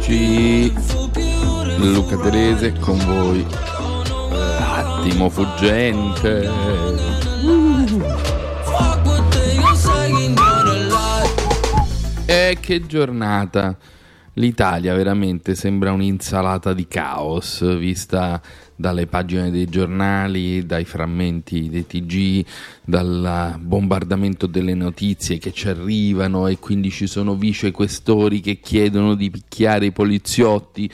eccoci, Luca Terese con voi, attimo fuggente. E che giornata! L'Italia veramente sembra un'insalata di caos, vista dalle pagine dei giornali, dai frammenti dei TG, dal bombardamento delle notizie che ci arrivano, e quindi ci sono vicequestori che chiedono di picchiare i poliziotti,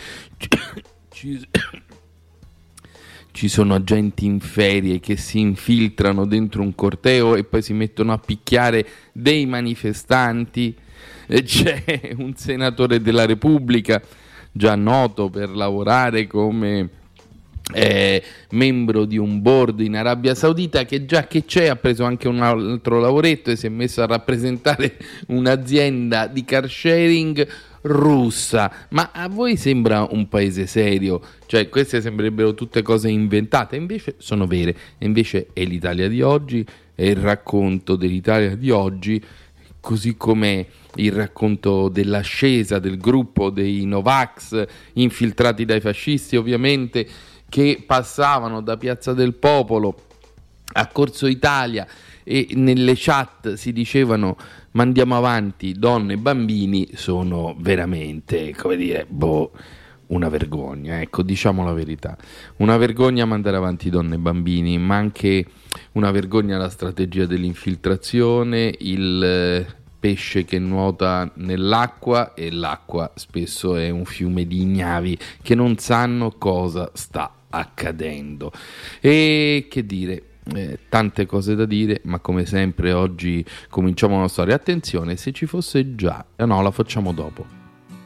ci sono agenti in ferie che si infiltrano dentro un corteo e poi si mettono a picchiare dei manifestanti. C'è un senatore della Repubblica già noto per lavorare come membro di un board in Arabia Saudita, che già che c'è ha preso anche un altro lavoretto e si è messo a rappresentare un'azienda di car sharing russa. Ma a voi sembra un paese serio? Cioè, queste sembrerebbero tutte cose inventate, invece sono vere, e invece è l'Italia di oggi, è il racconto dell'Italia di oggi, così come il racconto dell'ascesa del gruppo dei Novax infiltrati dai fascisti, ovviamente, che passavano da Piazza del Popolo a Corso Italia e nelle chat si dicevano mandiamo avanti donne e bambini. Sono veramente, come dire, una vergogna, ecco, diciamo la verità, una vergogna mandare avanti donne e bambini, ma anche una vergogna la strategia dell'infiltrazione, il pesce che nuota nell'acqua, e l'acqua spesso è un fiume di ignavi che non sanno cosa sta accadendo. E che dire, tante cose da dire, ma come sempre oggi cominciamo una storia. Attenzione, se ci fosse già, no, la facciamo dopo.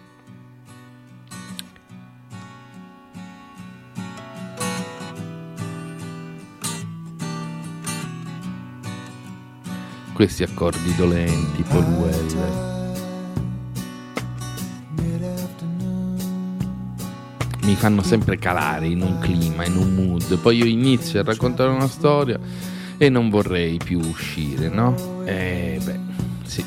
Questi accordi dolenti, Paul Weller, mi fanno sempre calare in un clima, in un mood. Poi io inizio a raccontare una storia e non vorrei più uscire, no? Sì.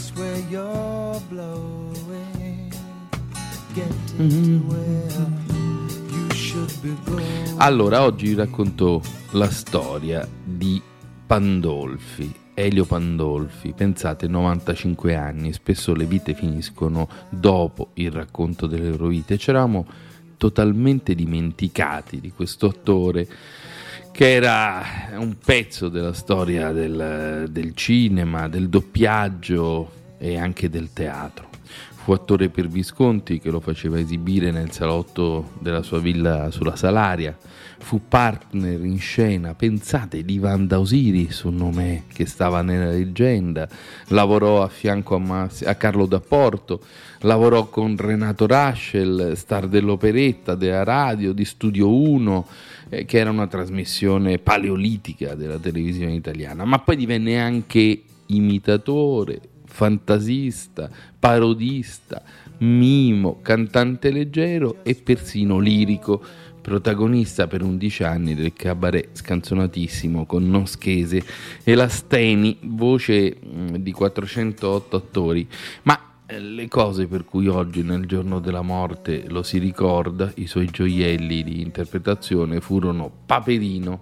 Allora, oggi vi racconto la storia di Pandolfi. Elio Pandolfi, pensate, 95 anni, spesso le vite finiscono dopo il racconto delle loro vite. C'eravamo totalmente dimenticati di questo attore che era un pezzo della storia del cinema, del doppiaggio e anche del teatro. Fu attore per Visconti, che lo faceva esibire nel salotto della sua villa sulla Salaria. Fu partner in scena, pensate, di Wanda Osiris, un nome che stava nella leggenda. Lavorò a fianco a Carlo D'Apporto, lavorò con Renato Raschel, star dell'operetta, della radio, di Studio 1, che era una trasmissione paleolitica della televisione italiana. Ma poi divenne anche imitatore, fantasista, parodista, mimo, cantante leggero e persino lirico, protagonista per 11 anni del cabaret scanzonatissimo con Noschese e la Steni, voce di 408 attori. Ma le cose per cui oggi, nel giorno della morte, lo si ricorda, i suoi gioielli di interpretazione, furono Paperino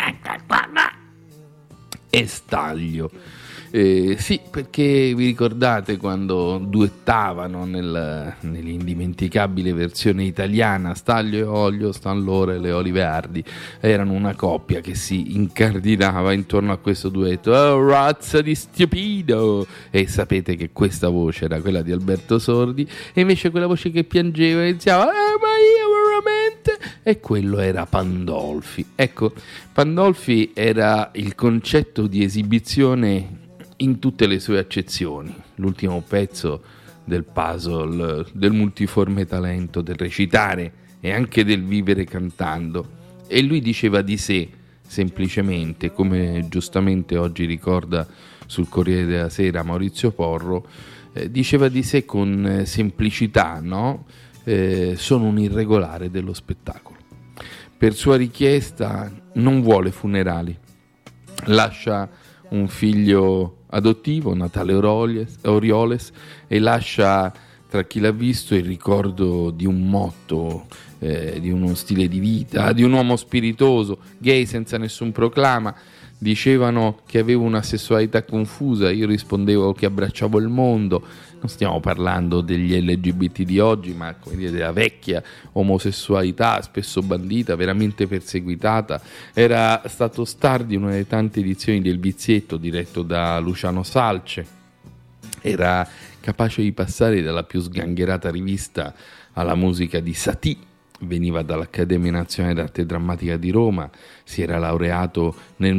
e Staglio. Sì, perché vi ricordate quando duettavano nell'indimenticabile versione italiana Staglio e Olio, Stan loro e le Olive Hardy erano una coppia che si incardinava intorno a questo duetto. Oh, razza di stupido! E sapete che questa voce era quella di Alberto Sordi, e invece quella voce che piangeva iniziava ma io veramente, e quello era Pandolfi. Ecco, Pandolfi era il concetto di esibizione in tutte le sue accezioni, l'ultimo pezzo del puzzle del multiforme talento del recitare e anche del vivere cantando. E lui diceva di sé semplicemente, come giustamente oggi ricorda sul Corriere della Sera Maurizio Porro, diceva di sé con semplicità, no? Sono un irregolare dello spettacolo. Per sua richiesta non vuole funerali, lascia un figlio adottivo, Natale Orioles, e lascia tra chi l'ha visto il ricordo di un motto, di uno stile di vita, di un uomo spiritoso, gay senza nessun proclama. Dicevano che avevo una sessualità confusa, io rispondevo che abbracciavo il mondo. Non stiamo parlando degli LGBT di oggi, ma come dire, della vecchia omosessualità, spesso bandita, veramente perseguitata. Era stato star di una delle tante edizioni del Vizietto, diretto da Luciano Salce. Era capace di passare dalla più sgangherata rivista alla musica di Satie. Veniva dall'Accademia Nazionale d'Arte Drammatica di Roma, si era laureato nel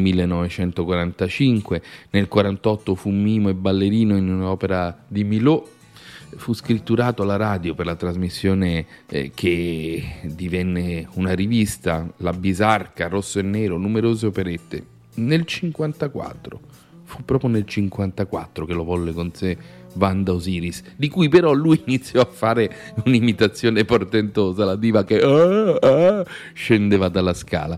1945, nel 1948 fu mimo e ballerino in un'opera di Milhaud, fu scritturato alla radio per la trasmissione che divenne una rivista, La Bisarca, Rosso e Nero, numerose operette. Nel 1954, fu proprio nel 1954 che lo volle con sé Wanda Osiris, di cui però lui iniziò a fare un'imitazione portentosa, la diva che scendeva dalla scala,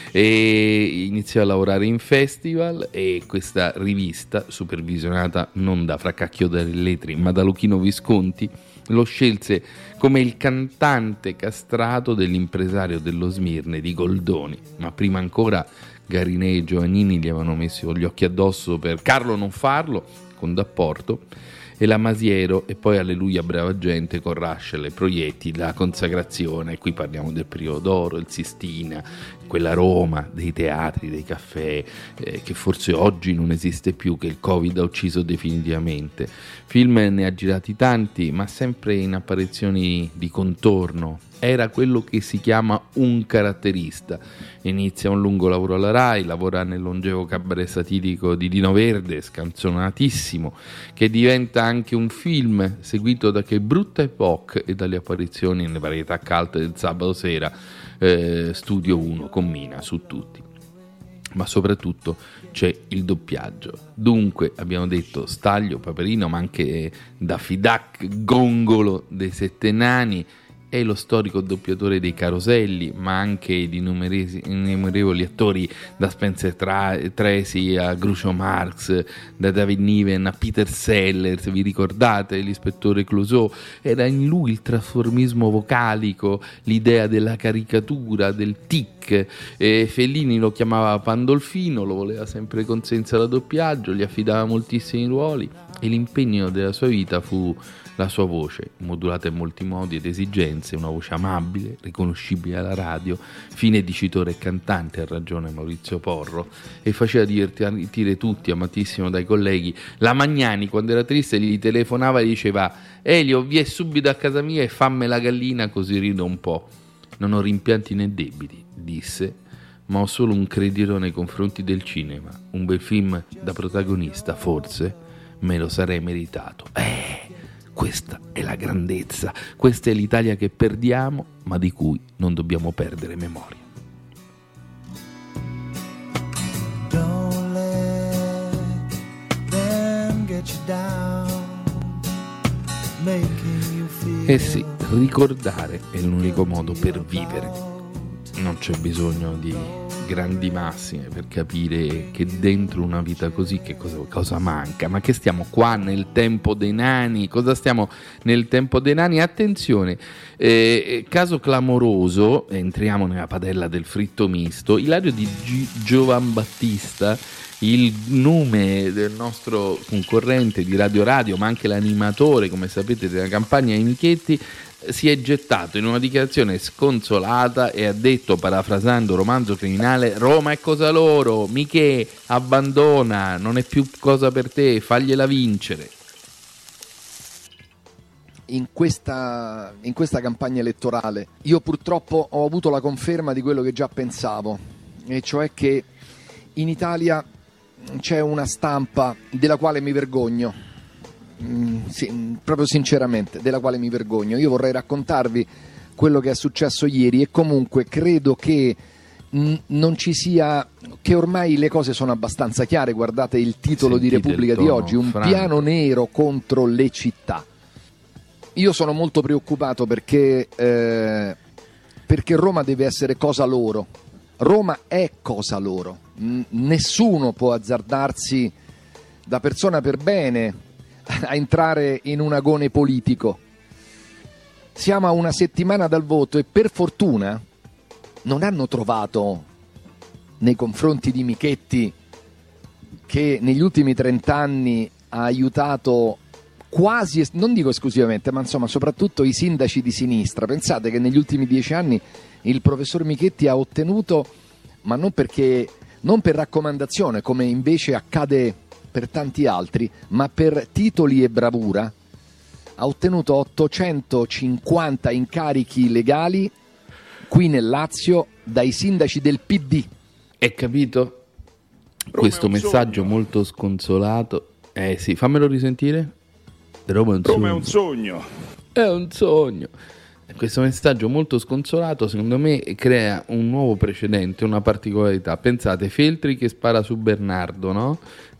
e iniziò a lavorare in festival, e questa rivista, supervisionata non da Fracacchio Letri ma da Luchino Visconti, lo scelse come il cantante castrato dell'impresario dello Smirne di Goldoni. Ma prima ancora Garinè e Giovannini gli avevano messo gli occhi addosso per Carlo non farlo con D'Apporto, e la Masiero, e poi Alleluia brava gente con Raschel e Proietti, la consacrazione. E qui parliamo del periodo d'oro, il Sistina, quella Roma dei teatri, dei caffè, che forse oggi non esiste più, che il Covid ha ucciso definitivamente. Film ne ha girati tanti, ma sempre in apparizioni di contorno. Era quello che si chiama un caratterista. Inizia un lungo lavoro alla Rai, lavora nel longevo cabaret satirico di Dino Verde, scanzonatissimo, che diventa anche un film, seguito da Che brutta epoca e dalle apparizioni nelle varietà calte del sabato sera, Studio 1 con Mina su tutti. Ma soprattutto c'è il doppiaggio. Dunque abbiamo detto Staglio, Paperino, ma anche Daffy Duck, Gongolo dei Sette Nani, è lo storico doppiatore dei Caroselli, ma anche di innumerevoli attori, da Spencer Tracy a Groucho Marx, da David Niven a Peter Sellers. Vi ricordate l'ispettore Clouseau? Era in lui il trasformismo vocalico, l'idea della caricatura, del tic. Fellini lo chiamava Pandolfino, lo voleva sempre con senza da doppiaggio, gli affidava moltissimi ruoli, e l'impegno della sua vita fu la sua voce, modulata in molti modi ed esigenze, una voce amabile, riconoscibile alla radio, fine dicitore e cantante, ha ragione Maurizio Porro, e faceva divertire tutti, amatissimo dai colleghi. La Magnani, quando era triste, gli telefonava e diceva: Elio, vieni subito a casa mia e fammi la gallina così rido un po'. Non ho rimpianti né debiti, disse, ma ho solo un credito nei confronti del cinema. Un bel film da protagonista, forse, me lo sarei meritato. Questa è la grandezza, questa è l'Italia che perdiamo, ma di cui non dobbiamo perdere memoria. Don't let them get you down, making you feel. Eh sì, ricordare è l'unico modo per vivere. Non c'è bisogno di grandi massime per capire che dentro una vita così che cosa manca. Ma che stiamo qua nel tempo dei nani? Cosa stiamo nel tempo dei nani? Attenzione, caso clamoroso, entriamo nella padella del fritto misto. Ilario di Giovan Battista, il nome del nostro concorrente di Radio, ma anche l'animatore, come sapete, della campagna ai Michetti, si è gettato in una dichiarazione sconsolata e ha detto, parafrasando Romanzo Criminale: Roma è cosa loro, Michè, abbandona, non è più cosa per te, fagliela vincere. In questa campagna elettorale io purtroppo ho avuto la conferma di quello che già pensavo, e cioè che in Italia c'è una stampa della quale mi vergogno. Sì, proprio sinceramente, della quale mi vergogno. Io vorrei raccontarvi quello che è successo ieri, e comunque credo che non ci sia, che ormai le cose sono abbastanza chiare. Guardate il titolo di Repubblica di oggi: un piano nero contro le città. Io sono molto preoccupato perché Roma deve essere cosa loro. Roma è cosa loro. Nessuno può azzardarsi, da persona per bene, a entrare in un agone politico siamo a una settimana dal voto e per fortuna non hanno trovato nei confronti di Michetti, che negli ultimi 30 anni ha aiutato quasi, non dico esclusivamente, ma insomma soprattutto i sindaci di sinistra. Pensate che negli ultimi 10 anni il professor Michetti ha ottenuto, ma non per raccomandazione come invece accade per tanti altri, ma per titoli e bravura, ha ottenuto 850 incarichi legali qui nel Lazio dai sindaci del PD. Hai capito? Questo messaggio molto sconsolato. Sì, fammelo risentire. Roma è un sogno. È un sogno. Questo messaggio molto sconsolato secondo me crea un nuovo precedente, una particolarità. Pensate, Feltri che spara su Bernardo, no?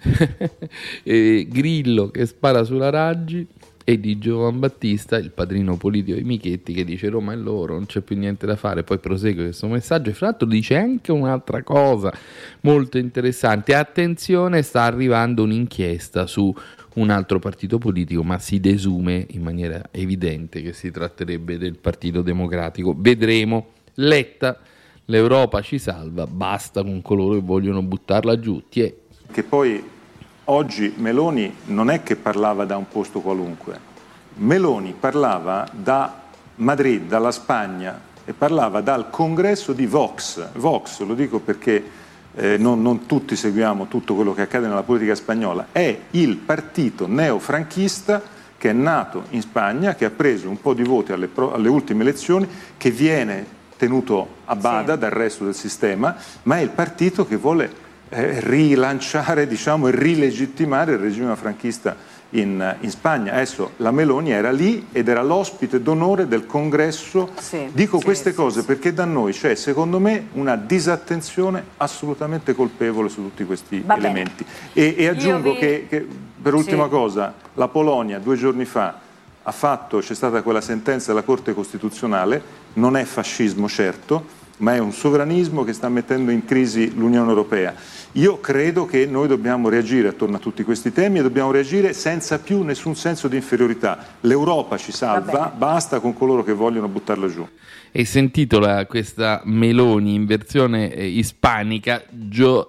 Grillo che spara sulla Raggi e di Giovan Battista, il padrino politico di Michetti, che dice Roma è loro, non c'è più niente da fare. Poi prosegue questo messaggio e fra l'altro dice anche un'altra cosa molto interessante: attenzione, sta arrivando un'inchiesta su un altro partito politico, ma si desume in maniera evidente che si tratterebbe del Partito Democratico. Vedremo. Letta, l'Europa ci salva, basta con coloro che vogliono buttarla giù. Che poi oggi Meloni non è che parlava da un posto qualunque, Meloni parlava da Madrid, dalla Spagna, e parlava dal congresso di Vox, lo dico perché non tutti seguiamo tutto quello che accade nella politica spagnola. È il partito neofranchista che è nato in Spagna, che ha preso un po' di voti alle ultime elezioni, che viene tenuto a bada dal resto del sistema, ma è il partito che vuole rilanciare, diciamo, e rilegittimare il regime franchista in Spagna. Adesso la Meloni era lì ed era l'ospite d'onore del congresso. Dico queste cose perché da noi c'è, secondo me, una disattenzione assolutamente colpevole su tutti questi elementi. E aggiungo che per ultima cosa, la Polonia 2 giorni fa c'è stata quella sentenza della Corte Costituzionale, non è fascismo certo, ma è un sovranismo che sta mettendo in crisi l'Unione Europea. Io credo che noi dobbiamo reagire attorno a tutti questi temi e dobbiamo reagire senza più nessun senso di inferiorità. L'Europa ci salva, basta con coloro che vogliono buttarla giù. E si intitola questa Meloni in versione ispanica Yo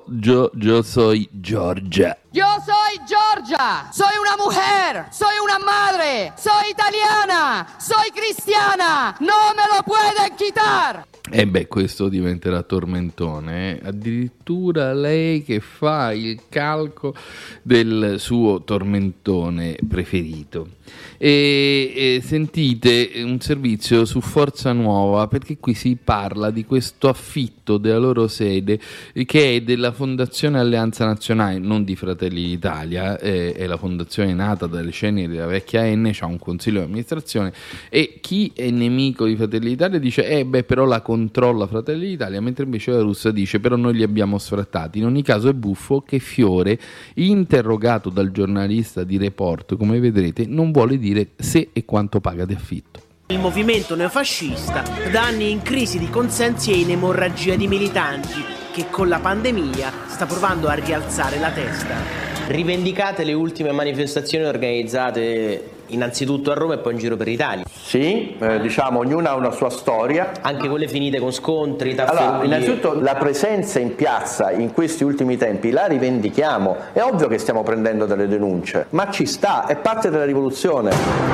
soy Georgia. Yo soy Georgia, soy una mujer, soy una madre, soy italiana, soy cristiana, no me lo pueden quitar. E questo diventerà tormentone, addirittura lei che fa il calco del suo tormentone preferito. E sentite un servizio su Forza Nuova, perché qui si parla di questo affitto della loro sede che è della Fondazione Alleanza Nazionale, non di Fratelli d'Italia, è la fondazione nata dalle ceneri della vecchia N, c'ha un consiglio di amministrazione e chi è nemico di Fratelli d'Italia dice però la controlla Fratelli d'Italia, mentre invece la Russa dice però noi li abbiamo sfrattati. In ogni caso è buffo che Fiore, interrogato dal giornalista di Report, come vedrete, non vuole dire se e quanto paga di affitto. Il movimento neofascista da anni in crisi di consensi e in emorragia di militanti che con la pandemia sta provando a rialzare la testa. Rivendicate le ultime manifestazioni organizzate innanzitutto a Roma e poi in giro per l'Italia. Sì, diciamo ognuna ha una sua storia. Anche quelle finite con scontri, tafferugli. Allora, innanzitutto la presenza in piazza in questi ultimi tempi la rivendichiamo. È ovvio che stiamo prendendo delle denunce, ma ci sta, è parte della rivoluzione.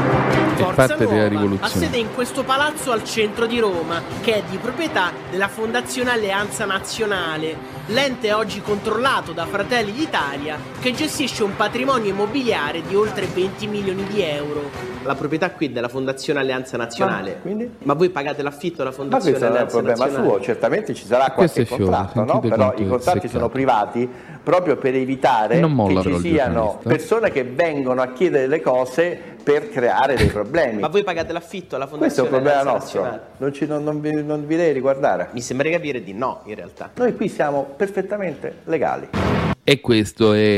Forza Nuova ha sede in questo palazzo al centro di Roma, che è di proprietà della Fondazione Alleanza Nazionale, l'ente oggi controllato da Fratelli d'Italia, che gestisce un patrimonio immobiliare di oltre 20 milioni di euro. La proprietà qui è della Fondazione Alleanza Nazionale. Ma voi pagate l'affitto alla Fondazione Alleanza Nazionale? Ma questo non è un problema suo, certamente ci sarà qualche contratto, no? Però i contratti sono privati proprio per evitare che ci siano persone che vengono a chiedere le cose per creare dei problemi. Ma voi pagate l'affitto alla Fondazione Alleanza Nazionale? Questo è un problema nostro, non vi devi riguardare. Mi sembra capire di no, in realtà. Noi qui siamo perfettamente legali. E questo è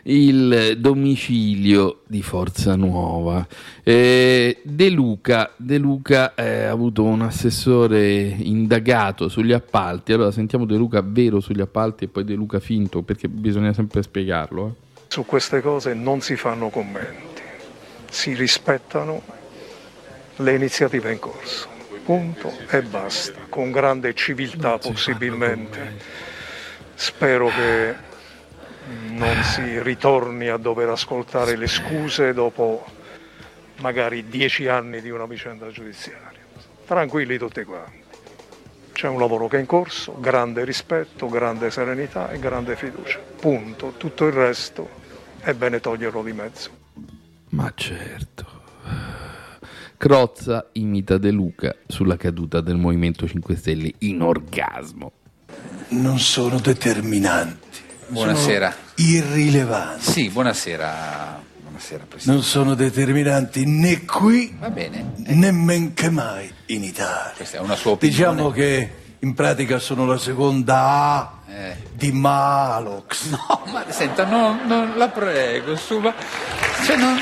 il domicilio di Forza Nuova. De Luca ha avuto un assessore indagato sugli appalti. Allora sentiamo De Luca vero sugli appalti e poi De Luca finto, perché bisogna sempre spiegarlo. Su queste cose non si fanno commenti, si rispettano le iniziative in corso. Punto e basta, con grande civiltà possibilmente. Spero che non si ritorni a dover ascoltare le scuse dopo magari 10 anni di una vicenda giudiziaria. Tranquilli tutti quanti. C'è un lavoro che è in corso, grande rispetto, grande serenità e grande fiducia. Punto. Tutto il resto è bene toglierlo di mezzo. Ma certo. Crozza imita De Luca sulla caduta del Movimento 5 Stelle in orgasmo. Non sono determinanti. Buonasera. Sono irrilevanti. Sì, buonasera. Buonasera, Presidente. Non sono determinanti né qui, va bene, né men che mai in Italia. Questa è una sua opinione. Diciamo che in pratica sono la seconda A di Malox. No, ma senta, non la prego, ma cioè non,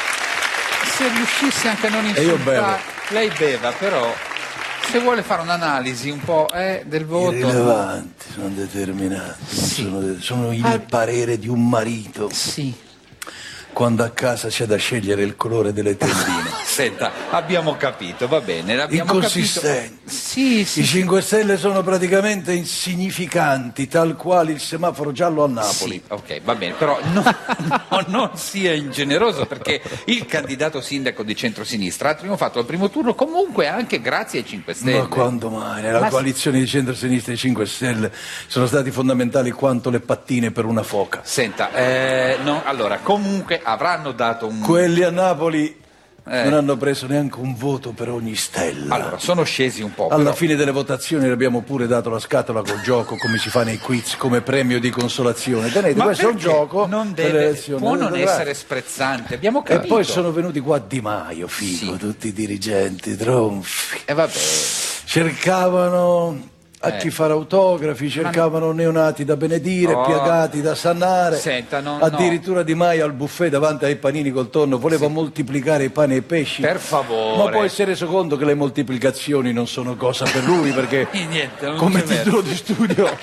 se riuscisse anche a non insultare. Lei beva, però se vuole fare un'analisi un po' del voto. Irrilevanti, sono determinanti, sì. Sono il parere di un marito. Sì. Quando a casa c'è da scegliere il colore delle tendine. Senta, abbiamo capito, va bene. Inconsistenti. Sì. I 5 Stelle sono praticamente insignificanti, tal quale il semaforo giallo a Napoli. Sì, ok, va bene, però non sia ingeneroso, perché il candidato sindaco di centrosinistra ha trionfato al primo turno comunque anche grazie ai 5 Stelle. Ma quando mai? Nella coalizione di centrosinistra i 5 Stelle sono stati fondamentali quanto le pattine per una foca. Senta, no, allora, comunque avranno dato un... Quelli a Napoli non hanno preso neanche un voto per ogni stella. Allora, sono scesi un po'. Alla fine delle votazioni abbiamo pure dato la scatola col gioco, come si fa nei quiz, come premio di consolazione. Tenete, questo è un gioco. Non deve, può non essere sprezzante, abbiamo capito. E poi sono venuti qua Di Maio, Fico, tutti i dirigenti, tronfi. E vabbè. Cercavano... a chi fare autografi, cercavano neonati da benedire, piagati da sanare. Senta, addirittura Di Maio al buffet davanti ai panini col tonno voleva moltiplicare i pani e i pesci. Per favore. Ma poi si è reso conto che le moltiplicazioni non sono cosa per lui, perché niente, non come c'è titolo verso. Di studio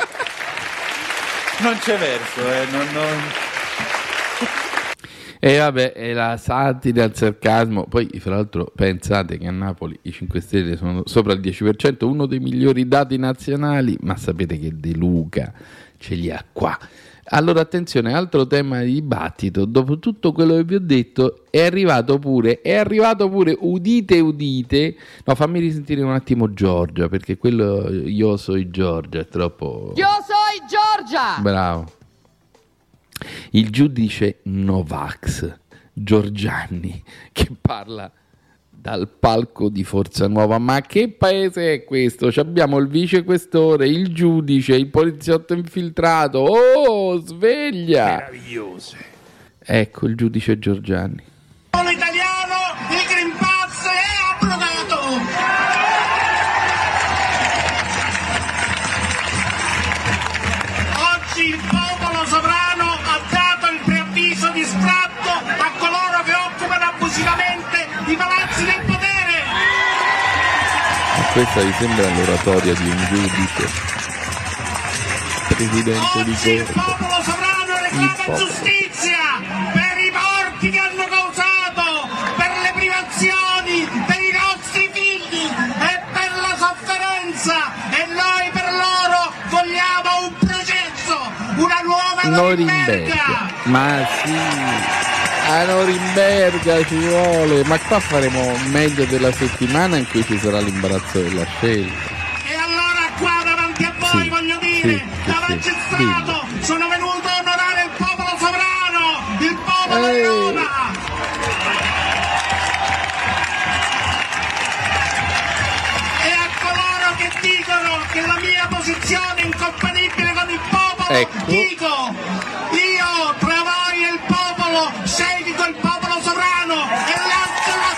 non c'è verso, E vabbè, è la satira, il sarcasmo. Poi, fra l'altro, pensate che a Napoli i 5 Stelle sono sopra il 10%, uno dei migliori dati nazionali, ma sapete che De Luca ce li ha qua. Allora, attenzione, altro tema di dibattito. Dopo tutto quello che vi ho detto, è arrivato pure, udite, no, fammi risentire un attimo Giorgia, perché quello io sono Giorgia, è troppo... Io sono Giorgia! Bravo. Il giudice Novax Giorgianni che parla dal palco di Forza Nuova. Ma che paese è questo? Abbiamo il vicequestore, il giudice, il poliziotto infiltrato. Oh, sveglia! meravigliose. Ecco il giudice Giorgianni. Italiano, il Green Pass è abrogato. Oggi il popolo sovrano ha dato il preavviso di sfratto a coloro che occupano abusivamente i palazzi del potere. Questa vi sembra l'oratoria di un giudice? Presidente Oggi di corte. il popolo sovrano reclama giustizia per i morti che hanno causato, per le privazioni, per i nostri figli e per la sofferenza, e noi per loro vogliamo un processo, una nuova Norimberga. Ma sì, a Norimberga ci vuole. Ma qua faremo meglio della settimana in cui ci sarà l'imbarazzo della scelta. E allora qua davanti a voi voglio dire, da magistrato sono venuto a onorare il popolo sovrano, il popolo di Roma. E a coloro che dicono che la mia posizione è incompatibile con il popolo, dico, io tra voi e il popolo scelgo il popolo sovrano e lascio la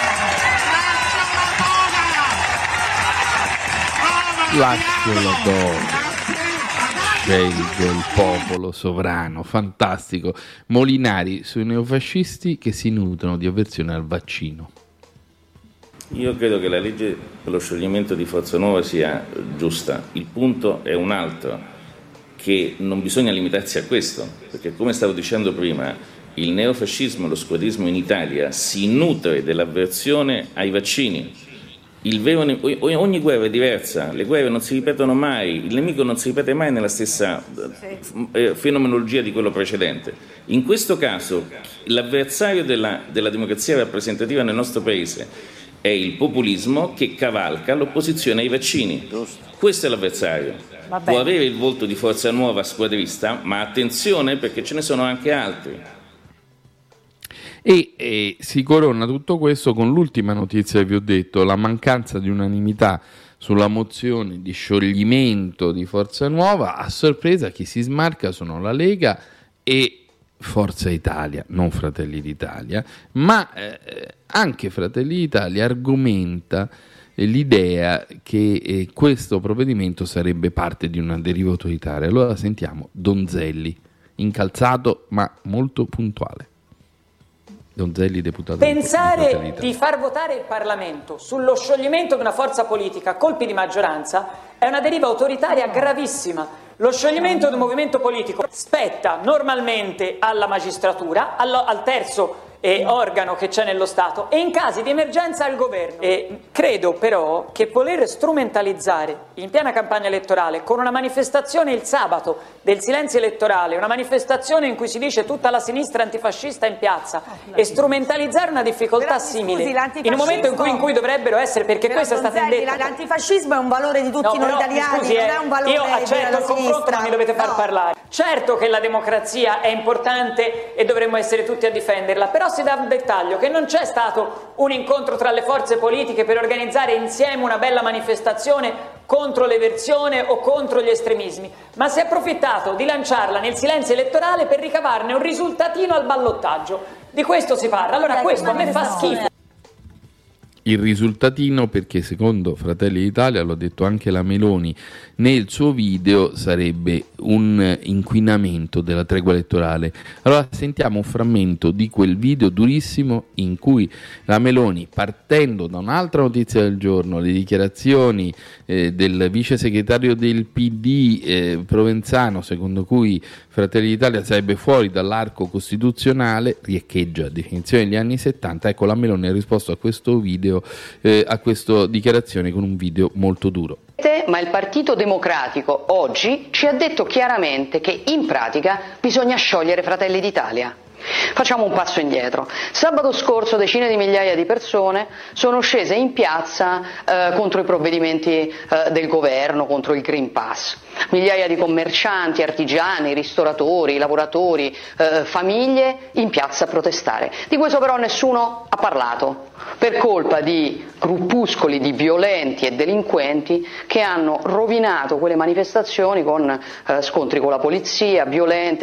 Lascio la donna, scelgo il popolo sovrano. Fantastico. Molinari sui neofascisti che si nutrono di avversione al vaccino. Io credo che la legge per lo scioglimento di Forza Nuova sia giusta. Il punto è un altro, che non bisogna limitarsi a questo, perché come stavo dicendo prima, il neofascismo e lo squadrismo in Italia si nutre dell'avversione ai vaccini. Ogni guerra è diversa, le guerre non si ripetono mai, il nemico non si ripete mai nella stessa fenomenologia di quello precedente. In questo caso l'avversario della democrazia rappresentativa nel nostro Paese è il populismo che cavalca l'opposizione ai vaccini. Questo è l'avversario. Può avere il volto di Forza Nuova squadrista, ma attenzione perché ce ne sono anche altri. E si corona tutto questo con l'ultima notizia che vi ho detto, la mancanza di unanimità sulla mozione di scioglimento di Forza Nuova. A sorpresa chi si smarca sono la Lega e Forza Italia, non Fratelli d'Italia, ma anche Fratelli d'Italia argomenta l'idea che questo provvedimento sarebbe parte di una deriva autoritaria. Allora sentiamo Donzelli, incalzato ma molto puntuale. Donzelli, deputato. Pensare di far votare il Parlamento sullo scioglimento di una forza politica a colpi di maggioranza è una deriva autoritaria gravissima. Lo scioglimento di un movimento politico spetta normalmente alla magistratura, al terzo organo che c'è nello Stato, e in casi di emergenza al governo. E credo però che voler strumentalizzare in piena campagna elettorale con una manifestazione il sabato del silenzio elettorale, una manifestazione in cui si dice tutta la sinistra antifascista in piazza, e strumentalizzare una difficoltà simile in un momento in cui dovrebbero essere, perché questo è stato indetto. L'antifascismo è un valore di tutti noi italiani, non è un valore io accetto il confronto, ma mi dovete far parlare. Certo che la democrazia è importante e dovremmo essere tutti a difenderla, però si dà un dettaglio, che non c'è stato un incontro tra le forze politiche per organizzare insieme una bella manifestazione contro l'eversione o contro gli estremismi, ma si è approfittato di lanciarla nel silenzio elettorale per ricavarne un risultatino al ballottaggio. Di questo si parla. Allora questo a me fa schifo. Il risultatino, perché secondo Fratelli d'Italia, l'ha detto anche la Meloni nel suo video, sarebbe un inquinamento della tregua elettorale. Allora sentiamo un frammento di quel video durissimo in cui la Meloni, partendo da un'altra notizia del giorno, le dichiarazioni del vice segretario del PD Provenzano, secondo cui Fratelli d'Italia sarebbe fuori dall'arco costituzionale, riecheggia definizione degli anni 70. Ecco, la Meloni ha risposto a questo video, a questa dichiarazione, con un video molto duro. Ma il Partito Democratico oggi ci ha detto chiaramente che in pratica bisogna sciogliere Fratelli d'Italia. Facciamo un passo indietro. Sabato scorso decine di migliaia di persone sono scese in piazza contro i provvedimenti del governo, contro il Green Pass. Migliaia di commercianti, artigiani, ristoratori, lavoratori, famiglie in piazza a protestare. Di questo però nessuno ha parlato, per colpa di gruppuscoli di violenti e delinquenti che hanno rovinato quelle manifestazioni con scontri con la polizia, violenze,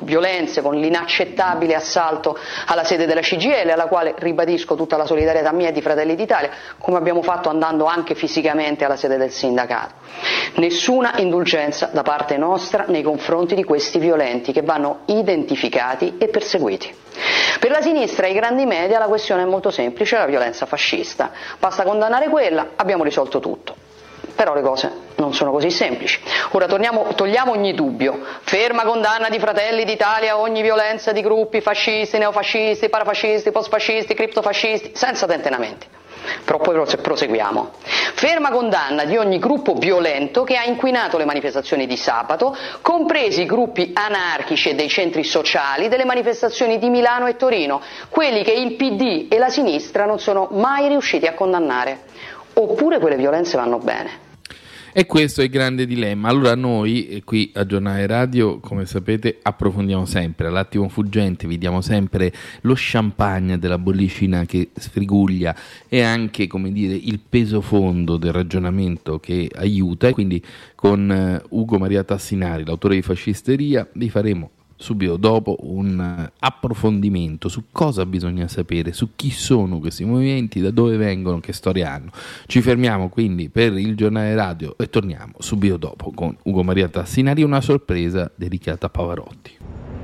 con l'inaccettabile assalto alla sede della CGIL, alla quale ribadisco tutta la solidarietà mia e di Fratelli d'Italia, come abbiamo fatto andando anche fisicamente alla sede del sindacato. Nessuna indulgenza da parte nostra nei confronti di questi violenti, che vanno identificati e perseguiti. Per la sinistra e i grandi media la questione è molto semplice: la violenza fascista. Basta condannare quella, abbiamo risolto tutto. Però le cose non sono così semplici. Ora togliamo ogni dubbio. Ferma condanna di Fratelli d'Italia a ogni violenza di gruppi fascisti, neofascisti, parafascisti, postfascisti, criptofascisti, senza tentennamenti. Però poi proseguiamo. Ferma condanna di ogni gruppo violento che ha inquinato le manifestazioni di sabato, compresi i gruppi anarchici e dei centri sociali delle manifestazioni di Milano e Torino, quelli che il PD e la sinistra non sono mai riusciti a condannare. Oppure quelle violenze vanno bene. E questo è il grande dilemma. Allora noi qui a Giornale Radio, come sapete, approfondiamo sempre. All'attimo fuggente vi diamo sempre lo champagne della bollicina che sfriguglia e anche, come dire, il peso fondo del ragionamento che aiuta. E quindi con Ugo Maria Tassinari, l'autore di Fascisteria, vi faremo subito dopo un approfondimento su cosa bisogna sapere, su chi sono questi movimenti, da dove vengono, che storia hanno. Ci fermiamo quindi per il Giornale Radio e torniamo subito dopo con Ugo Maria Tassinari, una sorpresa dedicata a Pavarotti.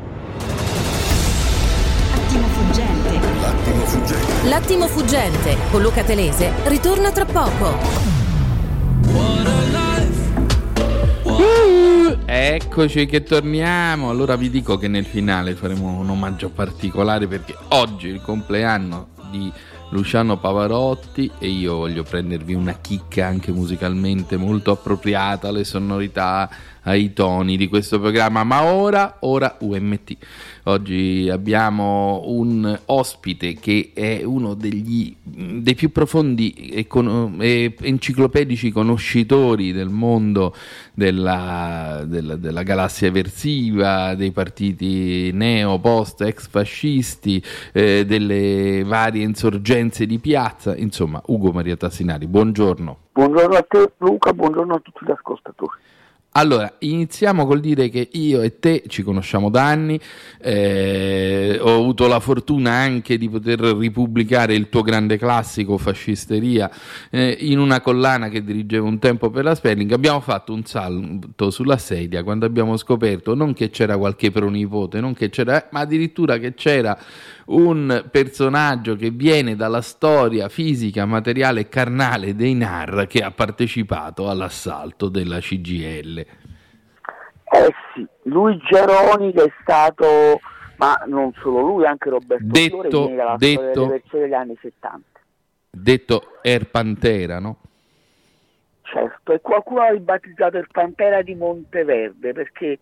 L'attimo fuggente con Luca Telese ritorna tra poco. Eccoci che torniamo. Allora vi dico che nel finale faremo un omaggio particolare perché oggi è il compleanno di Luciano Pavarotti e io voglio prendervi una chicca anche musicalmente molto appropriata alle sonorità, ai toni di questo programma. Ma ora UMT. Oggi abbiamo un ospite che è uno dei più profondi e enciclopedici conoscitori del mondo della galassia eversiva, dei partiti neo, post, ex fascisti, delle varie insorgenze di piazza, insomma Ugo Maria Tassinari, buongiorno. Buongiorno a te Luca, buongiorno a tutti gli ascoltatori. Allora, iniziamo col dire che io e te ci conosciamo da anni, ho avuto la fortuna anche di poter ripubblicare il tuo grande classico Fascisteria in una collana che dirigevo un tempo per la Sperling. Abbiamo fatto un salto sulla sedia quando abbiamo scoperto non che c'era qualche pronipote, non che c'era, ma addirittura che c'era un personaggio che viene dalla storia fisica, materiale e carnale dei NAR che ha partecipato all'assalto della CGIL. Sì, lui Geroni che è stato, ma non solo lui, anche Roberto Fiore, che viene dalla storia delle versioni degli anni 70. Detto Pantera, no? Certo, e qualcuno ha ribattezzato il Pantera di Monteverde perché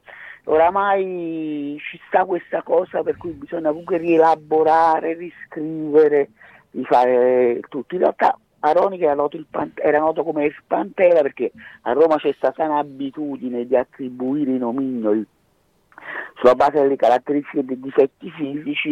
oramai ci sta questa cosa per cui bisogna comunque rielaborare, riscrivere, rifare tutto. In realtà Aronica era noto come il Pantera perché a Roma c'è stata un'abitudine di attribuire i nomignoli sulla base delle caratteristiche dei difetti fisici.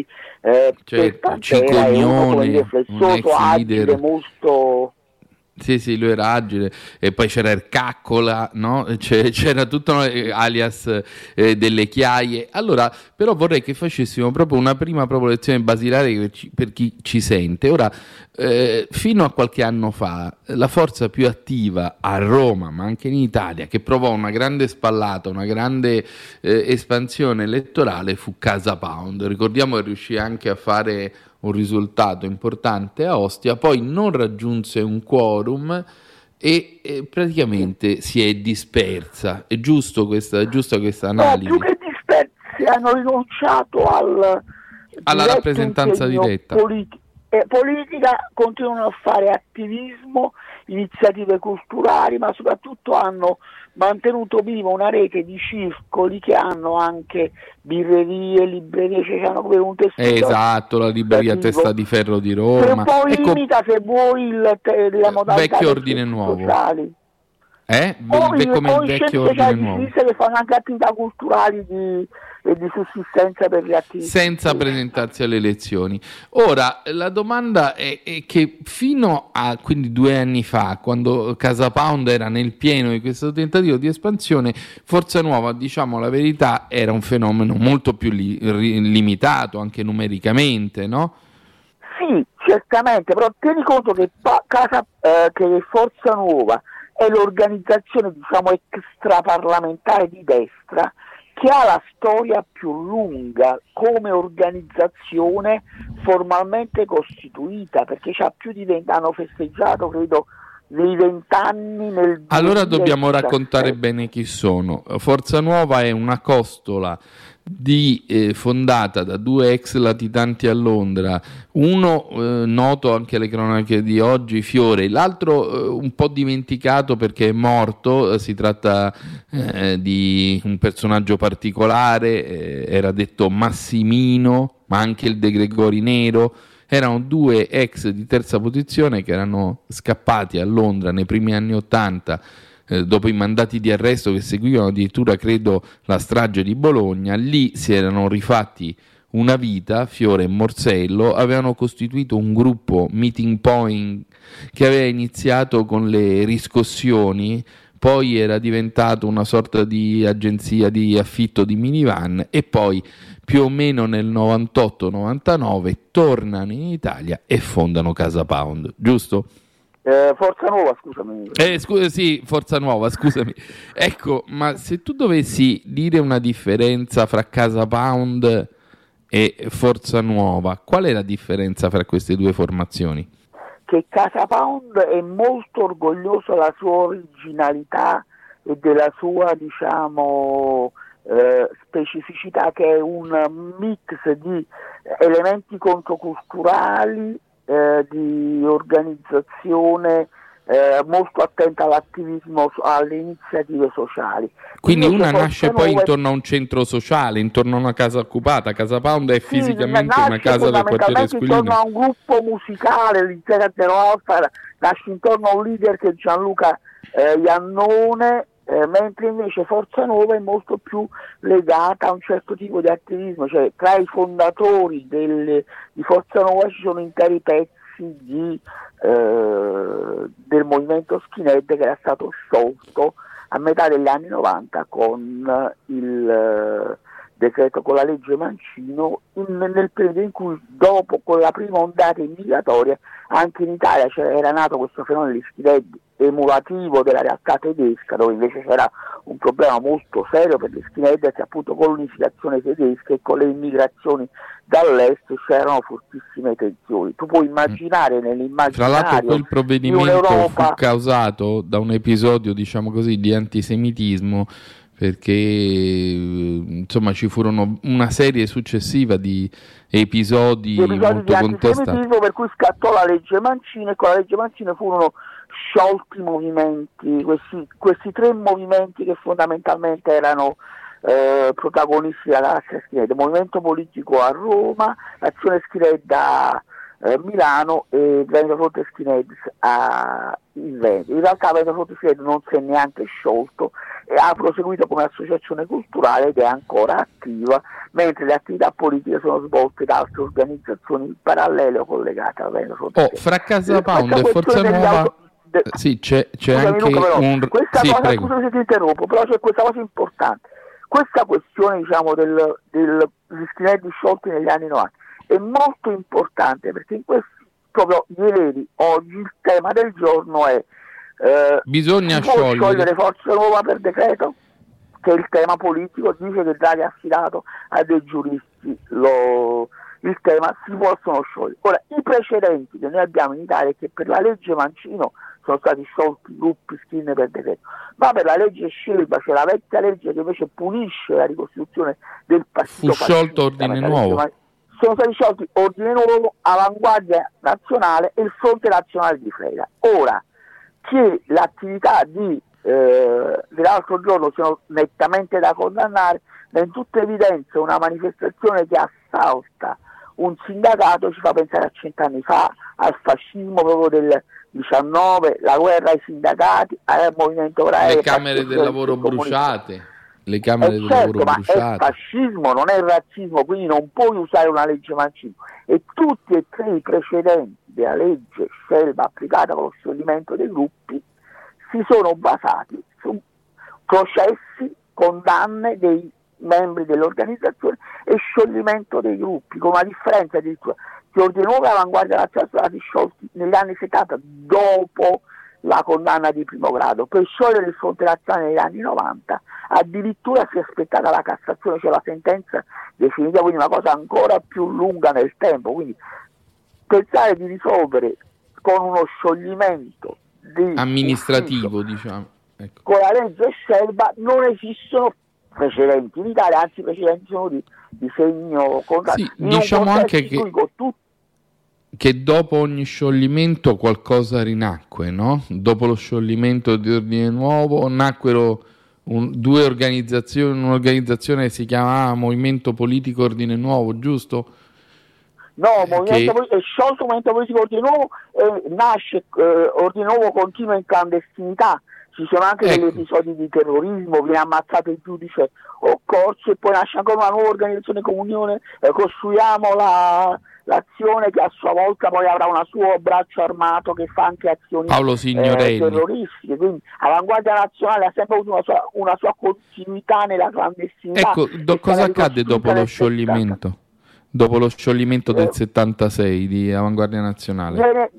Cicognone, un ex leader, molto... Sì, lui era agile, e poi c'era Ercaccola, no? C'era tutto alias delle chiaie. Allora, però vorrei che facessimo proprio una prima lezione basilare per chi ci sente. Ora, fino a qualche anno fa, la forza più attiva a Roma, ma anche in Italia, che provò una grande spallata, una grande espansione elettorale, fu Casa Pound. Ricordiamo che riuscì anche a fare un risultato importante a Ostia, poi non raggiunse un quorum e praticamente si è dispersa. È giusta questa analisi? No, più che dispersi, hanno rinunciato alla rappresentanza diretta. Politica, continuano a fare attivismo, iniziative culturali, ma soprattutto hanno mantenuto viva una rete di circoli che hanno anche birrerie, librerie, cioè hanno come un tessuto. Esatto, la libreria Testa di Ferro di Roma. Che un po' imita, se vuoi, la modalità vecchio ordine nuovo. Sociali. Come il vecchio ordine nuovo. Che fanno anche attività culturali e di sussistenza per gli attivisti. Senza presentarsi alle elezioni. Ora, la domanda è che fino a quindi 2 anni fa, quando Casa Pound era nel pieno di questo tentativo di espansione, Forza Nuova, diciamo la verità, era un fenomeno molto più limitato, anche numericamente, no? Sì, certamente, però tieni conto che che Forza Nuova è l'organizzazione, diciamo, extraparlamentare di destra che ha la storia più lunga come organizzazione formalmente costituita, perché c'ha più di 20 anni, hanno festeggiato credo nei 20 anni nel 2017. Allora dobbiamo raccontare bene chi sono. Forza Nuova è una costola fondata da 2 ex latitanti a Londra, uno noto anche alle cronache di oggi, Fiore, l'altro un po' dimenticato perché è morto. Si tratta di un personaggio particolare, era detto Massimino, ma anche il De Gregori Nero. Erano 2 ex di terza posizione che erano scappati a Londra nei primi anni '80 dopo i mandati di arresto che seguivano addirittura, credo, la strage di Bologna. Lì si erano rifatti una vita. Fiore e Morsello avevano costituito un gruppo, Meeting Point, che aveva iniziato con le riscossioni, poi era diventato una sorta di agenzia di affitto di minivan e poi più o meno nel 98-99 tornano in Italia e fondano Casa Pound, giusto? Forza Nuova, scusami. Sì, Forza Nuova, scusami. Ecco, ma se tu dovessi dire una differenza fra Casa Pound e Forza Nuova, qual è la differenza fra queste 2 formazioni? Che Casa Pound è molto orgoglioso della sua originalità e della sua, diciamo, specificità, che è un mix di elementi controculturali, di organizzazione molto attenta all'attivismo, alle iniziative sociali. Quindi una nasce poi intorno a un centro sociale, intorno a una casa occupata. Casa Pound è fisicamente una casa del quartiere Esquilino. Intorno a un gruppo musicale, l'Intera Zero Alfa nasce intorno a un leader che è Gianluca Iannone, mentre invece Forza Nuova è molto più legata a un certo tipo di attivismo, cioè tra i fondatori di Forza Nuova ci sono interi pezzi del movimento skinhead che era stato sciolto a metà degli anni 90 con il decreto, con la legge Mancino, nel periodo in cui, dopo, con la prima ondata immigratoria, anche in Italia era nato questo fenomeno di skinhead emulativo della realtà tedesca, dove invece c'era un problema molto serio per gli skinhead, che appunto con l'unificazione tedesca e con le immigrazioni dall'est c'erano fortissime tensioni. Tu puoi immaginare nell'immaginario, tra l'altro, quel provvedimento fu causato da un episodio, diciamo così, di antisemitismo, perché insomma ci furono una serie successiva di episodi molto di antisemitismo, per cui scattò la legge Mancino, e con la legge Mancino furono sciolti movimenti, questi tre movimenti che fondamentalmente erano protagonisti della classe skinhead: movimento politico a Roma, l'azione skinhead a Milano e Veneto Fronte Skinheads in Veneto. In realtà Veneto Fronte Skinhead non si è neanche sciolto e ha proseguito come associazione culturale ed è ancora attiva, mentre le attività politiche sono svolte da altre organizzazioni parallele o collegate a Veneto Fronte Skinhead. Fra Casa Pound e Forza Nuova sì, c'è anche questa cosa, scusa se ti interrompo, però c'è questa cosa importante. Questa questione, diciamo, del skinhead sciolti negli anni 90 è molto importante, perché in questo, proprio ieri, oggi, il tema del giorno è bisogna sciogliere Forza Nuova per decreto, che è il tema politico. Dice che Draghi ha affidato a dei giuristi il tema, si possono sciogliere. Ora, i precedenti che noi abbiamo in Italia è che per la legge Mancino sono stati sciolti gruppi skin per decreto, ma per la legge Scelba, cioè la vecchia legge che invece punisce la ricostituzione del partito, fu sciolto Ordine Nuovo. Sono stati sciolti Ordine Nuovo, Avanguardia Nazionale e il Fronte Nazionale di Freira. Ora, che l'attività dell'altro giorno siano nettamente da condannare, ma in tutta evidenza una manifestazione che assalta un sindacato ci fa pensare a 100 anni fa, al fascismo proprio del 19, la guerra ai sindacati, al movimento operaio, le camere del lavoro bruciate. Le camere del lavoro bruciate. È fascismo, non è razzismo, quindi non puoi usare una legge Mancino. E tutti e tre i precedenti della legge Scelba applicata con lo scioglimento dei gruppi si sono basati su processi, condanne dei membri dell'organizzazione e scioglimento dei gruppi, con una differenza addirittura che Ordine Nuovo e Avanguardia Nazionale sono stati sciolti negli anni 70 dopo la condanna di primo grado. Per sciogliere il Fronte Nazionale negli anni 90 addirittura si è aspettata la Cassazione, cioè la sentenza definitiva, quindi una cosa ancora più lunga nel tempo. Quindi pensare di risolvere con uno scioglimento amministrativo, diciamo, ecco, con la legge Scelba, non esistono precedenti in Italia, anzi i precedenti sono di segno contrario. Sì, diciamo anche che dopo ogni scioglimento qualcosa rinacque, no? Dopo lo scioglimento di Ordine Nuovo nacquero due organizzazioni, un'organizzazione che si chiamava Movimento Politico Ordine Nuovo, giusto? No, è sciolto il Movimento Politico Ordine Nuovo, nasce Ordine Nuovo continua in clandestinità. Ci sono anche degli episodi di terrorismo, viene ammazzato il giudice Occorso, e poi nasce ancora una nuova organizzazione Comunione, costruiamo l'azione che a sua volta poi avrà un suo braccio armato che fa anche azioni terroristiche. Quindi Avanguardia Nazionale ha sempre avuto una sua continuità nella clandestinità. Ecco, cosa accadde dopo lo scioglimento? Dopo lo scioglimento del 76 di Avanguardia Nazionale?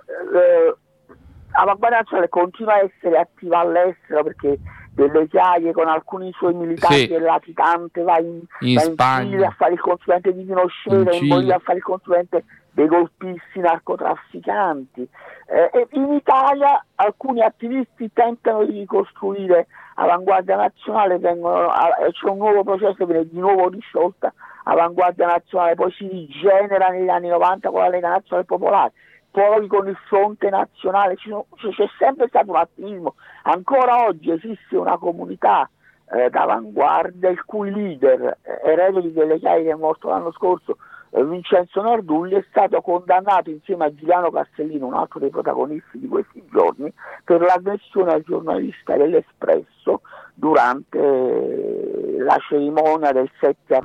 Avanguardia Nazionale continua a essere attiva all'estero, perché delle chiaie con alcuni suoi militanti del latitante va in Spagna, Cile a fare il consulente di Pinochet, in Bolivia a fare il consulente dei golpisti narcotrafficanti. In Italia alcuni attivisti tentano di ricostruire Avanguardia Nazionale, c'è un nuovo processo, viene di nuovo risciolta Avanguardia Nazionale, poi si rigenera negli anni 90 con la Lega Nazionale Popolare, poi con il Fronte Nazionale, c'è sempre stato un attivismo. Ancora oggi esiste una comunità d'avanguardia il cui leader, erede di Delle Chiaie, che è morto l'anno scorso, Vincenzo Nardulli, è stato condannato insieme a Giuliano Castellino, un altro dei protagonisti di questi giorni, per l'aggressione al giornalista dell'Espresso durante la cerimonia del 7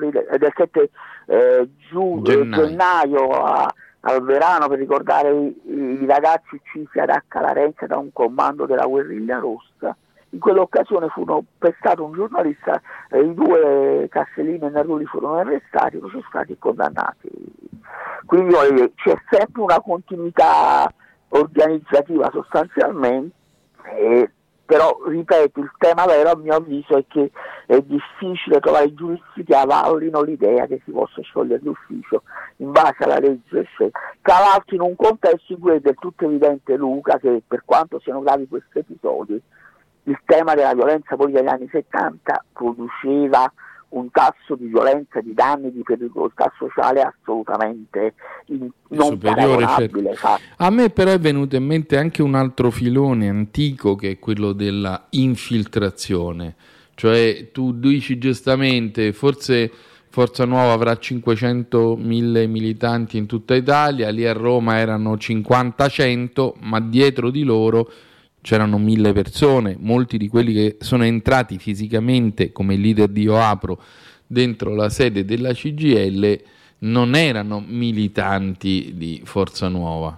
gennaio al Verano, per ricordare i ragazzi uccisi ad Accalarenza da un comando della guerriglia rossa. In quell'occasione furono pestato un giornalista, i due Castellino e Nardulli furono arrestati, processati e condannati. Quindi c'è sempre una continuità organizzativa sostanzialmente, però ripeto, il tema vero a mio avviso è che è difficile trovare giuristi che avallino l'idea che si possa sciogliere l'ufficio in base alla legge, tra l'altro in un contesto in cui è del tutto evidente, Luca, che per quanto siano gravi questi episodi, il tema della violenza politica degli anni 70 produceva un tasso di violenza, di danni, di pericolosità sociale assolutamente non paragonabile. Certo. A me però è venuto in mente anche un altro filone antico, che è quello della infiltrazione. Cioè, tu dici giustamente, forse Forza Nuova avrà 500.000 militanti in tutta Italia, lì a Roma erano 50-100, ma dietro di loro c'erano 1.000 persone, molti di quelli che sono entrati fisicamente come leader di Io Apro dentro la sede della CGIL non erano militanti di Forza Nuova.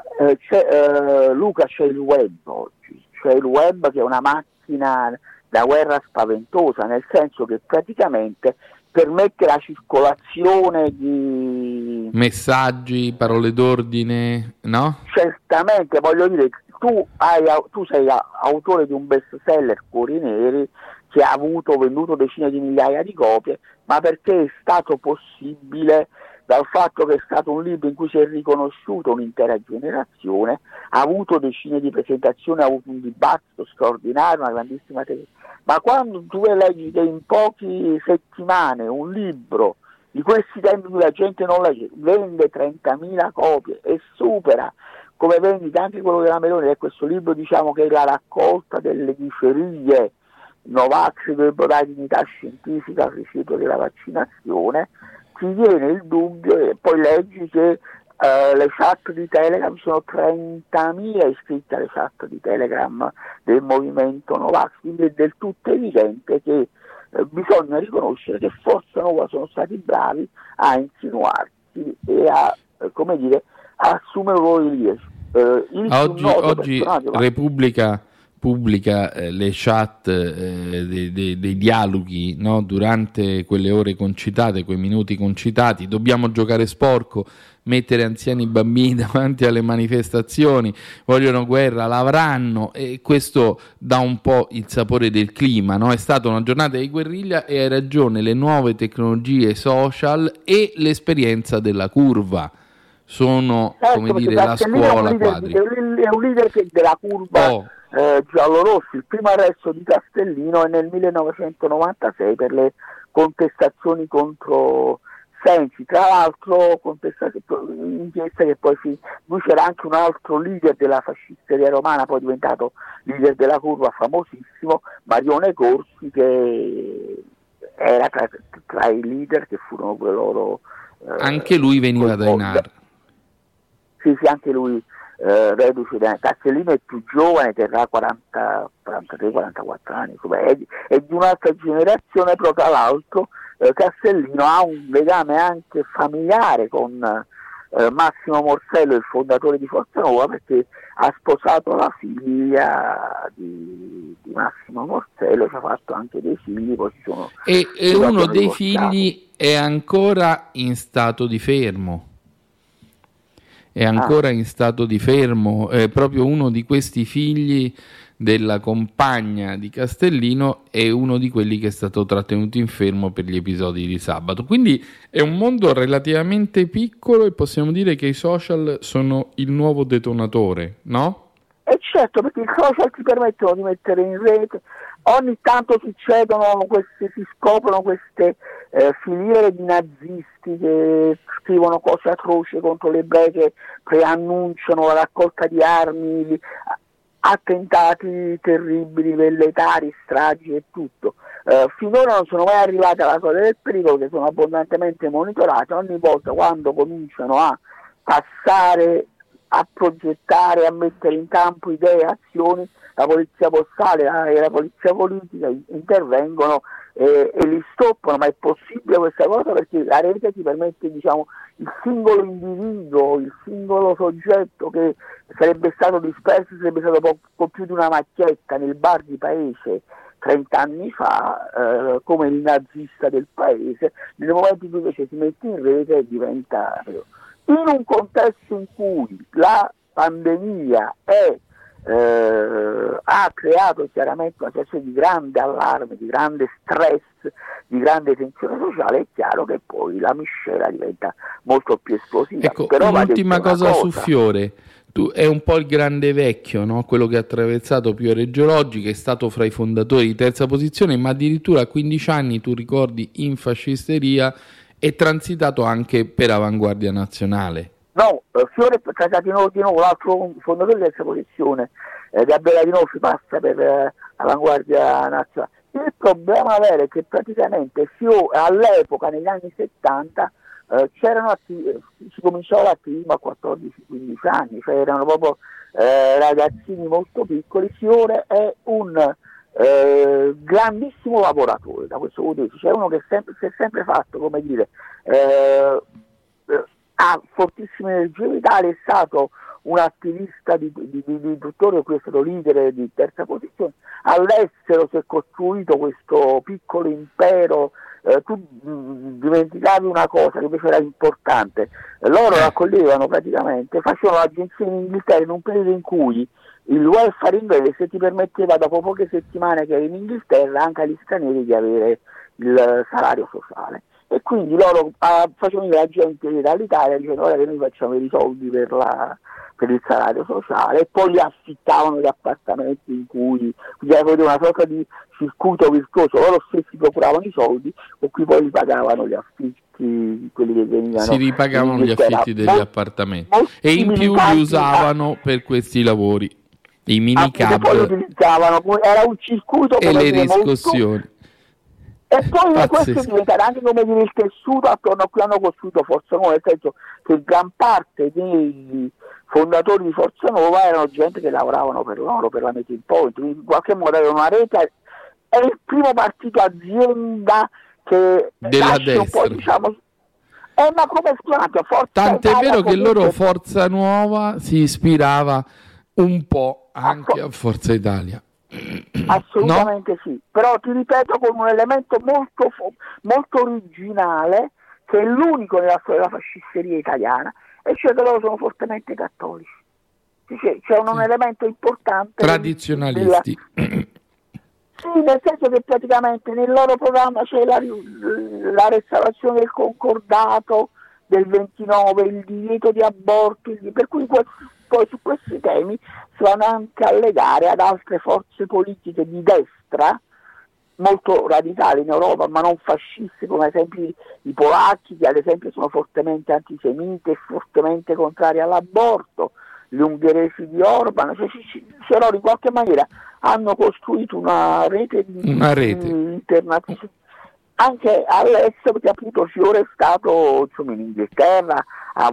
Luca, c'è il web oggi, c'è il web che è una macchina da guerra spaventosa, nel senso che praticamente permette la circolazione di messaggi, parole d'ordine, no? Certamente, voglio dire, tu sei autore di un bestseller, Cuori Neri, che ha venduto decine di migliaia di copie, ma perché è stato possibile dal fatto che è stato un libro in cui si è riconosciuto un'intera generazione, ha avuto decine di presentazioni, ha avuto un dibattito straordinario, una grandissima ma quando tu leggi che in poche settimane un libro di questi tempi in cui la gente non legge, vende 30.000 copie e supera come vendita anche quello della Meloni, è questo libro, diciamo, che è la raccolta delle dicerie Novax dovrebbero dare dignità scientifica al rifiuto della vaccinazione, ti viene il dubbio, e poi leggi che le chat di Telegram, sono 30.000 iscritti alle chat di Telegram del movimento Novax, quindi è del tutto evidente che bisogna riconoscere che Forza Nuova sono stati bravi a insinuarsi e a, come dire, a assumere un ruolo di leadership. Oggi Repubblica pubblica le chat dei dialoghi, no? Durante quelle ore concitate, quei minuti concitati. Dobbiamo giocare sporco, mettere anziani e bambini davanti alle manifestazioni, vogliono guerra, l'avranno, e questo dà un po' il sapore del clima, no? È stata una giornata di guerriglia e hai ragione, le nuove tecnologie social e l'esperienza della curva sono, come dire, la scuola quadri. È un leader che della curva giallorossi. Il primo arresto di Castellino è nel 1996 per le contestazioni contro Sensi, tra l'altro inchiesta che poi lui c'era anche un altro leader della fascisteria romana, poi diventato leader della curva famosissimo, Marione Corsi, che era tra i leader che furono quei loro anche lui veniva da Enar. Sì, anche lui reduce da Castellino, è più giovane, terrà 43-44 anni, è di un'altra generazione, però tra l'altro Castellino ha un legame anche familiare con Massimo Morsello, il fondatore di Forza Nuova, perché ha sposato la figlia di Massimo Morsello, ci ha fatto anche dei figli, poi ci sono e uno dei figli è ancora in stato di fermo. è ancora in stato di fermo, è proprio uno di questi figli della compagna di Castellino, è uno di quelli che è stato trattenuto in fermo per gli episodi di sabato. Quindi è un mondo relativamente piccolo e possiamo dire che i social sono il nuovo detonatore, no? E certo, perché i social ti permettono di mettere in rete, ogni tanto si scoprono queste filiere di nazisti che scrivono cose atroci contro le ebrei, che preannunciano la raccolta di armi, attentati terribili, velleitari, stragi e tutto. Finora non sono mai arrivate alla soglia del pericolo, che sono abbondantemente monitorate. Ogni volta quando cominciano a passare, a progettare, a mettere in campo idee e azioni, la polizia postale e la polizia politica intervengono e li stoppano. Ma è possibile questa cosa perché la rete ti permette, diciamo, il singolo individuo, il singolo soggetto che sarebbe stato disperso, sarebbe stato poco più di una macchietta nel bar di paese 30 anni fa, come il nazista del paese, nel momento in cui invece si mette in rete diventa... In un contesto in cui la pandemia ha creato chiaramente una situazione di grande allarme, di grande stress, di grande tensione sociale, è chiaro che poi la miscela diventa molto più esplosiva. Ecco, però un'ultima cosa su Fiore. Tu è un po' il grande vecchio, no? Quello che ha attraversato più Reggio Oggi, che è stato fra i fondatori di Terza Posizione, ma addirittura a 15 anni, tu ricordi, in fascisteria, è transitato anche per Avanguardia Nazionale. No, Fiore è transitato di nuovo l'altro fondatore di Terza Posizione, Gabriele Adinolfi passa per Avanguardia Nazionale. Il problema vero è che praticamente all'epoca, negli anni 70, si cominciava l'attivismo a 14-15 anni, cioè erano proprio ragazzini molto piccoli. Fiore è un grandissimo lavoratore da questo punto di vista, cioè uno che si è sempre fatto, come dire, ha fortissime energie vitali, è stato un attivista di tuttora, qui è stato leader di Terza Posizione, all'estero si è costruito questo piccolo impero. Tu dimenticavi una cosa che invece era importante: loro raccoglievano praticamente, facevano l'agenzia in Inghilterra in un periodo in cui il welfare inglese ti permetteva, dopo poche settimane che eri in Inghilterra, anche agli stranieri di avere il salario sociale, e quindi loro facevano la gente dall'Italia dicendo: ora che noi facciamo i soldi per il salario sociale, e poi li affittavano gli appartamenti in cui avevano una sorta di circuito virtuoso, loro stessi procuravano i soldi e qui poi li pagavano gli affitti, quelli che venivano. Si ripagavano gli affitti degli appartamenti e in più li usavano per questi lavori, i minicab, poi li utilizzavano, era un circuito e le riscossioni. E poi questo è diventato anche, come dire, il tessuto attorno a cui hanno costruito Forza Nuova, nel senso che gran parte dei fondatori di Forza Nuova erano gente che lavoravano per loro, per la Meeting Point, quindi in qualche modo avevano una rete. È il primo partito azienda che della destra, diciamo, ma come Forza tant'è Italia, vero che loro Forza Nuova si ispirava un po' anche a Forza Italia. Assolutamente no? Sì, però ti ripeto, con un elemento molto originale, che è l'unico nella storia della fascisteria italiana, e cioè che loro sono fortemente cattolici. C'è un elemento importante, tradizionalisti. Sì, nel senso che praticamente nel loro programma c'è la restaurazione del concordato del 29, il divieto di aborto, per cui poi su questi temi si vanno anche a legare ad altre forze politiche di destra molto radicali in Europa, ma non fasciste, come ad esempio i polacchi, che ad esempio sono fortemente antisemiti e fortemente contrari all'aborto, gli ungheresi di Orban, cioè loro in qualche maniera hanno costruito una rete internazionale anche all'estero, perché appunto Fiore è stato in Inghilterra,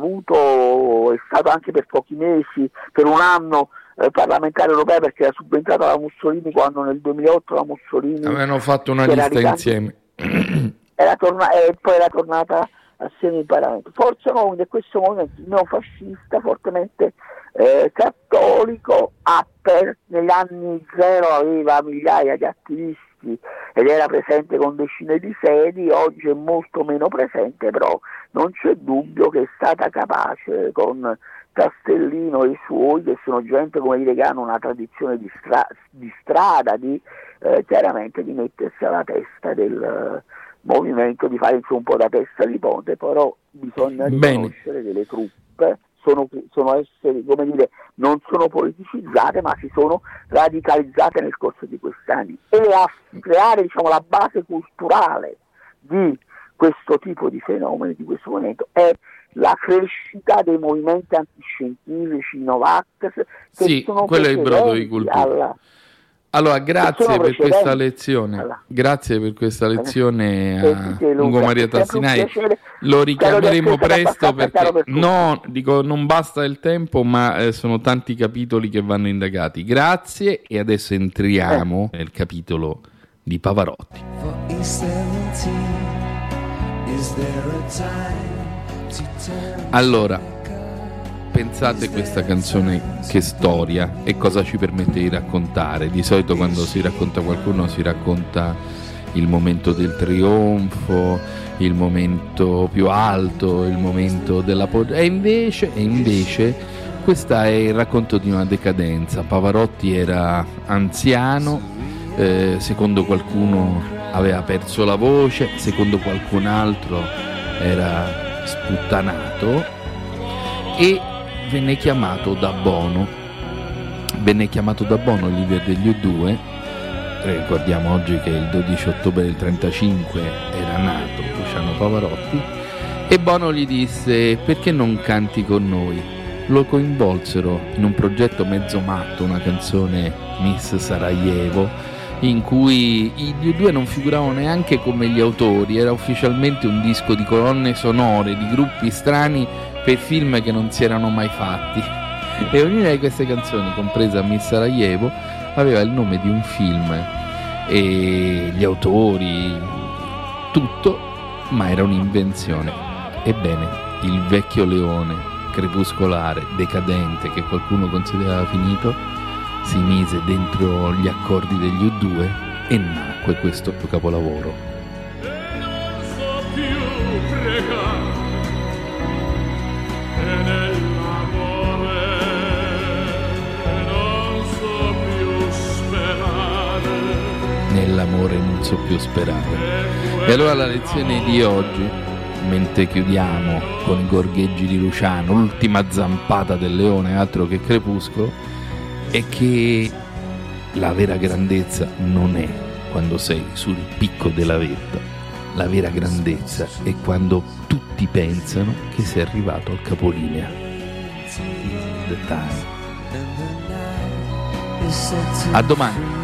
è stato anche per pochi mesi, per un anno, parlamentare europeo, perché era subentrato alla Mussolini quando nel 2008 la Mussolini avevano fatto una lista insieme e poi era tornata assieme in Parlamento. Forza Nuova è questo movimento neofascista fortemente cattolico, negli anni 0 aveva migliaia di attivisti posti ed era presente con decine di sedi, oggi è molto meno presente, però non c'è dubbio che è stata capace con Castellino e i suoi, che sono gente, come dire, che hanno una tradizione di strada, chiaramente di mettersi alla testa del movimento, di fare un po' da testa di ponte, però bisogna riconoscere che le truppe sono esseri, come dire, non sono politicizzate, ma si sono radicalizzate nel corso di questi anni, e a creare, diciamo, la base culturale di questo tipo di fenomeni, di questo momento, è la crescita dei movimenti antiscientifici, Novax, che sono quello è il brodo di cultura. Allora, grazie per questa lezione. Grazie per questa lezione a Ugo Maria Tassinai. Lo richiameremo presto perché non basta il tempo, ma sono tanti capitoli che vanno indagati. Grazie, e adesso entriamo nel capitolo di Pavarotti. Allora, pensate questa canzone che storia e cosa ci permette di raccontare. Di solito quando si racconta qualcuno si racconta il momento del trionfo, il momento più alto, il momento della e invece questo è il racconto di una decadenza. Pavarotti era anziano, secondo qualcuno aveva perso la voce, secondo qualcun altro era sputtanato, e venne chiamato da Bono, il leader degli U2. Ricordiamo oggi che il 12 ottobre del 1935 era nato Luciano Pavarotti, e Bono gli disse: perché non canti con noi? Lo coinvolsero in un progetto mezzo matto, una canzone Miss Sarajevo, in cui gli U2 non figuravano neanche come gli autori, era ufficialmente un disco di colonne sonore di gruppi strani per film che non si erano mai fatti, e ognuna di queste canzoni, compresa Miss Sarajevo, aveva il nome di un film e gli autori, tutto, ma era un'invenzione. Ebbene, il vecchio leone crepuscolare, decadente, che qualcuno considerava finito, si mise dentro gli accordi degli U2 e nacque questo capolavoro. Nell'amore non so più sperare. E allora la lezione di oggi, mentre chiudiamo con i gorgheggi di Luciano, l'ultima zampata del leone, altro che crepuscolo, è che la vera grandezza non è quando sei sul picco della vetta. La vera grandezza è quando tutti pensano che sei arrivato al capolinea. The time. A domani.